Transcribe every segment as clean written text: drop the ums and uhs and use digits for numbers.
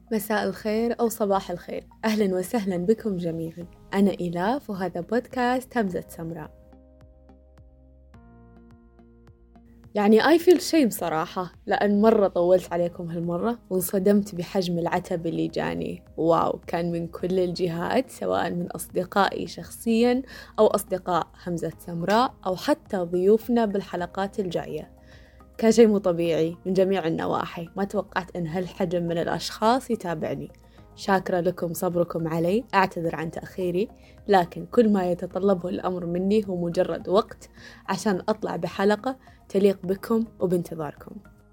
مساء الخير أو صباح الخير، أهلا وسهلا بكم جميعا. أنا إيلاف وهذا بودكاست همزة سمراء. I feel shame صراحة، لأن مرة طولت عليكم هالمرة وانصدمت بحجم العتب اللي جاني. واو، كان من كل الجهات، سواء من أصدقائي شخصيا أو أصدقاء همزة سمراء أو حتى ضيوفنا بالحلقات الجاية. كان شيء مو طبيعي من جميع النواحي، ما توقعت أن هالحجم من الأشخاص يتابعني. شاكرة لكم صبركم علي، أعتذر عن تأخيري، لكن كل ما يتطلبه الأمر مني هو مجرد وقت عشان أطلع بحلقة تليق بكم وبانتظاركم.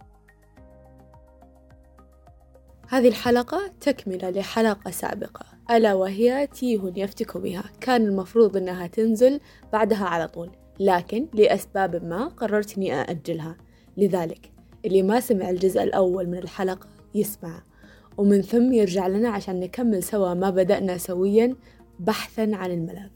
هذه الحلقة تكملة لحلقة سابقة، ألا وهي تيه يفتك بها. كان المفروض أنها تنزل بعدها على طول، لكن لأسباب ما قررت أني أأجلها. لذلك اللي ما سمع الجزء الأول من الحلقة يسمع، ومن ثم يرجع لنا عشان نكمل سوا ما بدأنا سويا بحثا عن الملاذ.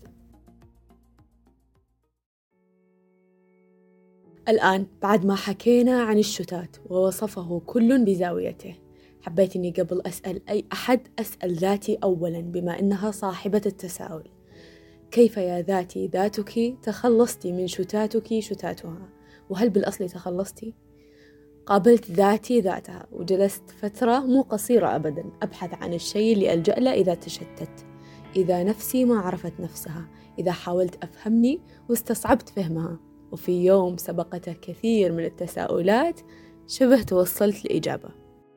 الآن بعد ما حكينا عن الشتات ووصفه كل بزاويته، حبيت أني قبل أسأل أي أحد أسأل ذاتي أولا، بما أنها صاحبة التساؤل: كيف يا ذاتي ذاتك تخلصتي من شتاتك شتاتها؟ وهل بالأصل تخلصتي؟ قابلت ذاتي ذاتها وجلست فترة مو قصيرة أبدا أبحث عن الشيء اللي ألجأ له إذا تشتت، إذا نفسي ما عرفت نفسها، إذا حاولت أفهمني واستصعبت فهمها. وفي يوم سبقته كثير من التساؤلات شبه توصلت لإجابة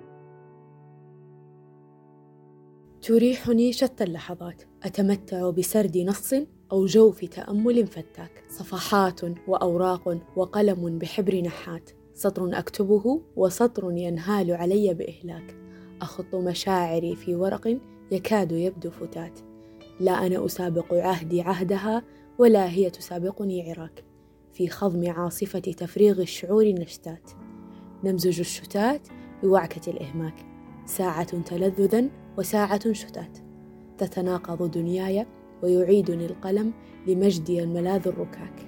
تريحني شتى اللحظات. أتمتع بسرد نص أو جوف تأمل فتاك، صفحات وأوراق وقلم بحبر نحات، سطر أكتبه وسطر ينهال علي بإهلاك، أخط مشاعري في ورق يكاد يبدو فتات. لا أنا أسابق عهدي عهدها ولا هي تسابقني عراك، في خضم عاصفة تفريغ الشعور نشتات، نمزج الشتات بوعكة الإهماك، ساعة تلذذا وساعة شتات، تتناقض دنياي ويعيدني القلم لمجدي الملاذ الركاك.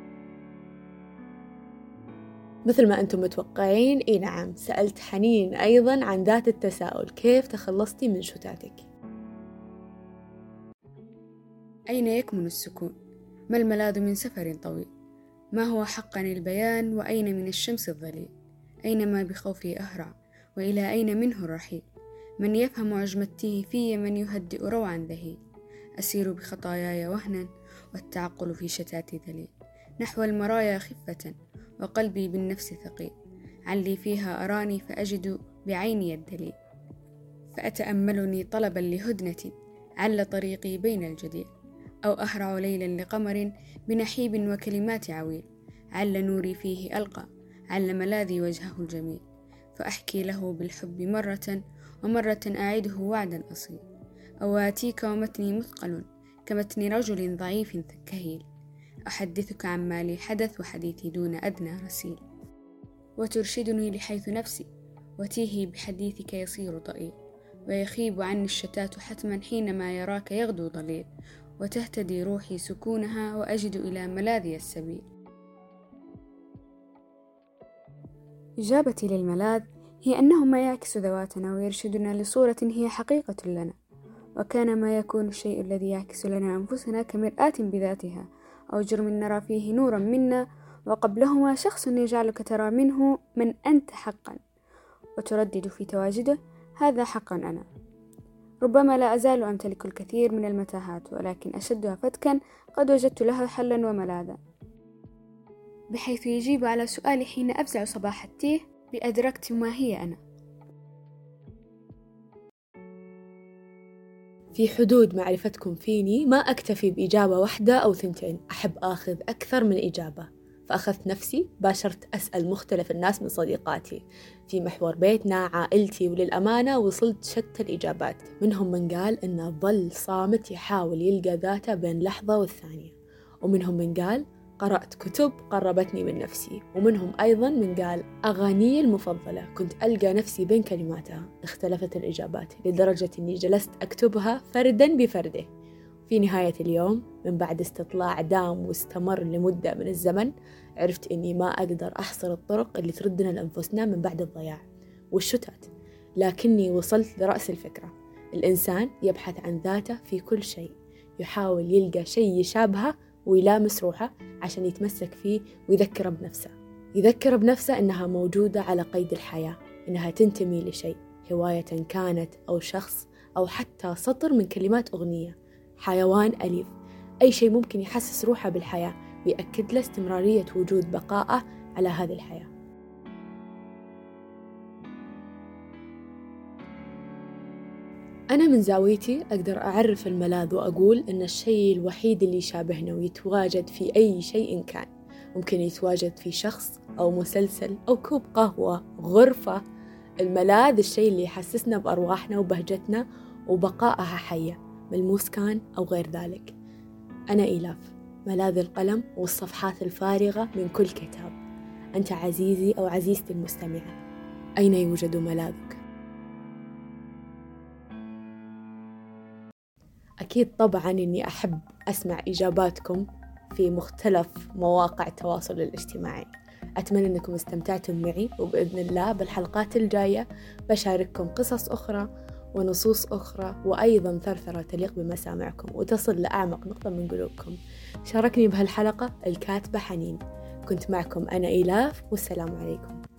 مثل ما أنتم متوقعين، نعم، سألت حنين أيضا عن ذات التساؤل: كيف تخلصتي من شتاتك؟ أين يكمن السكون؟ ما الملاذ من سفر طويل؟ ما هو حقا البيان؟ وأين من الشمس الظليل؟ أينما بخوفي أهرع، وإلى أين منه الرحيل؟ من يفهم عجمته في من يهدئ روعا ذهيل؟ أسير بخطاياي وهنا والتعقل في شتات ذليل، نحو المرايا خفة وقلبي بالنفس ثقيل، علي فيها أراني فأجد بعيني الدليل، فأتأملني طلبا لهدنة عل طريقي بين الجديل، أو أهرع ليلا لقمر بنحيب وكلمات عويل، عل نوري فيه ألقى، عل ملاذي وجهه الجميل، فأحكي له بالحب مرة ومرة أعده وعدا أصيل، أو آتيك ومتني مثقل كمتن رجل ضعيف كهيل، أحدثك عما لي حدث وحديثي دون أدنى رسيل، وترشدني لحيث نفسي وتيهي بحديثك يصير ضئيل، ويخيب عني الشتات حتما حينما يراك يغدو ضليل، وتهتدي روحي سكونها وأجد إلى ملاذي السبيل. إجابتي للملاذ هي أنه ما يعكس ذواتنا ويرشدنا لصورة هي حقيقة لنا، وكان ما يكون الشيء الذي يعكس لنا أنفسنا كمرآة بذاتها، أو جرم نرى فيه نورا منا، وقبلهما شخص يجعلك ترى منه من أنت حقا، وتردد في تواجده: هذا حقا أنا. ربما لا أزال أمتلك الكثير من المتاهات، ولكن أشدها فتكا قد وجدت لها حلا وملاذا، بحيث يجيب على سؤالي حين أفزع صباح التيه بأدركت ما هي أنا. في حدود معرفتكم فيني ما أكتفي بإجابة واحدة أو ثنتين، أحب أخذ أكثر من إجابة. فأخذت نفسي، باشرت أسأل مختلف الناس من صديقاتي في محور بيتنا، عائلتي، وللأمانة وصلت شتى الإجابات. منهم من قال إنه ظل صامت يحاول يلقى ذاته بين لحظة والثانية، ومنهم من قال قرأت كتب قربتني من نفسي، ومنهم أيضا من قال أغاني المفضلة كنت ألقى نفسي بين كلماتها. اختلفت الإجابات لدرجة أني جلست أكتبها فردا بفرده. في نهاية اليوم، من بعد استطلاع دام واستمر لمدة من الزمن، عرفت أني ما أقدر أحصر الطرق اللي تردنا لأنفسنا من بعد الضياع والشتات، لكني وصلت لرأس الفكرة. الإنسان يبحث عن ذاته في كل شيء، يحاول يلقى شيء يشابهه ويلامس روحه عشان يتمسك فيه ويذكر بنفسه. يذكر بنفسه إنها موجودة على قيد الحياة، إنها تنتمي لشيء، هواية كانت أو شخص أو حتى سطر من كلمات أغنية، حيوان أليف، أي شيء ممكن يحسس روحه بالحياة ويأكد له استمرارية وجود بقائه على هذه الحياة. أنا من زاويتي أقدر أعرف الملاذ وأقول إن الشيء الوحيد اللي يشابهنا ويتواجد في أي شيء كان، ممكن يتواجد في شخص أو مسلسل أو كوب قهوة، غرفة. الملاذ الشيء اللي يحسسنا بأرواحنا وبهجتنا وبقائها حية، ملموس كان أو غير ذلك. أنا إيلاف، ملاذ القلم والصفحات الفارغة من كل كتاب. أنت عزيزي أو عزيزتي المستمعة، أين يوجد ملاذك؟ أكيد طبعاً إني أحب أسمع إجاباتكم في مختلف مواقع التواصل الاجتماعي. أتمنى أنكم استمتعتم معي، وبإذن الله بالحلقات الجاية بشارككم قصص أخرى ونصوص أخرى، وأيضاً ثرثرة تليق بمسامعكم وتصل لأعمق نقطة من قلوبكم. شاركني بهالحلقة الكاتبة حنين. كنت معكم أنا إيلاف، والسلام عليكم.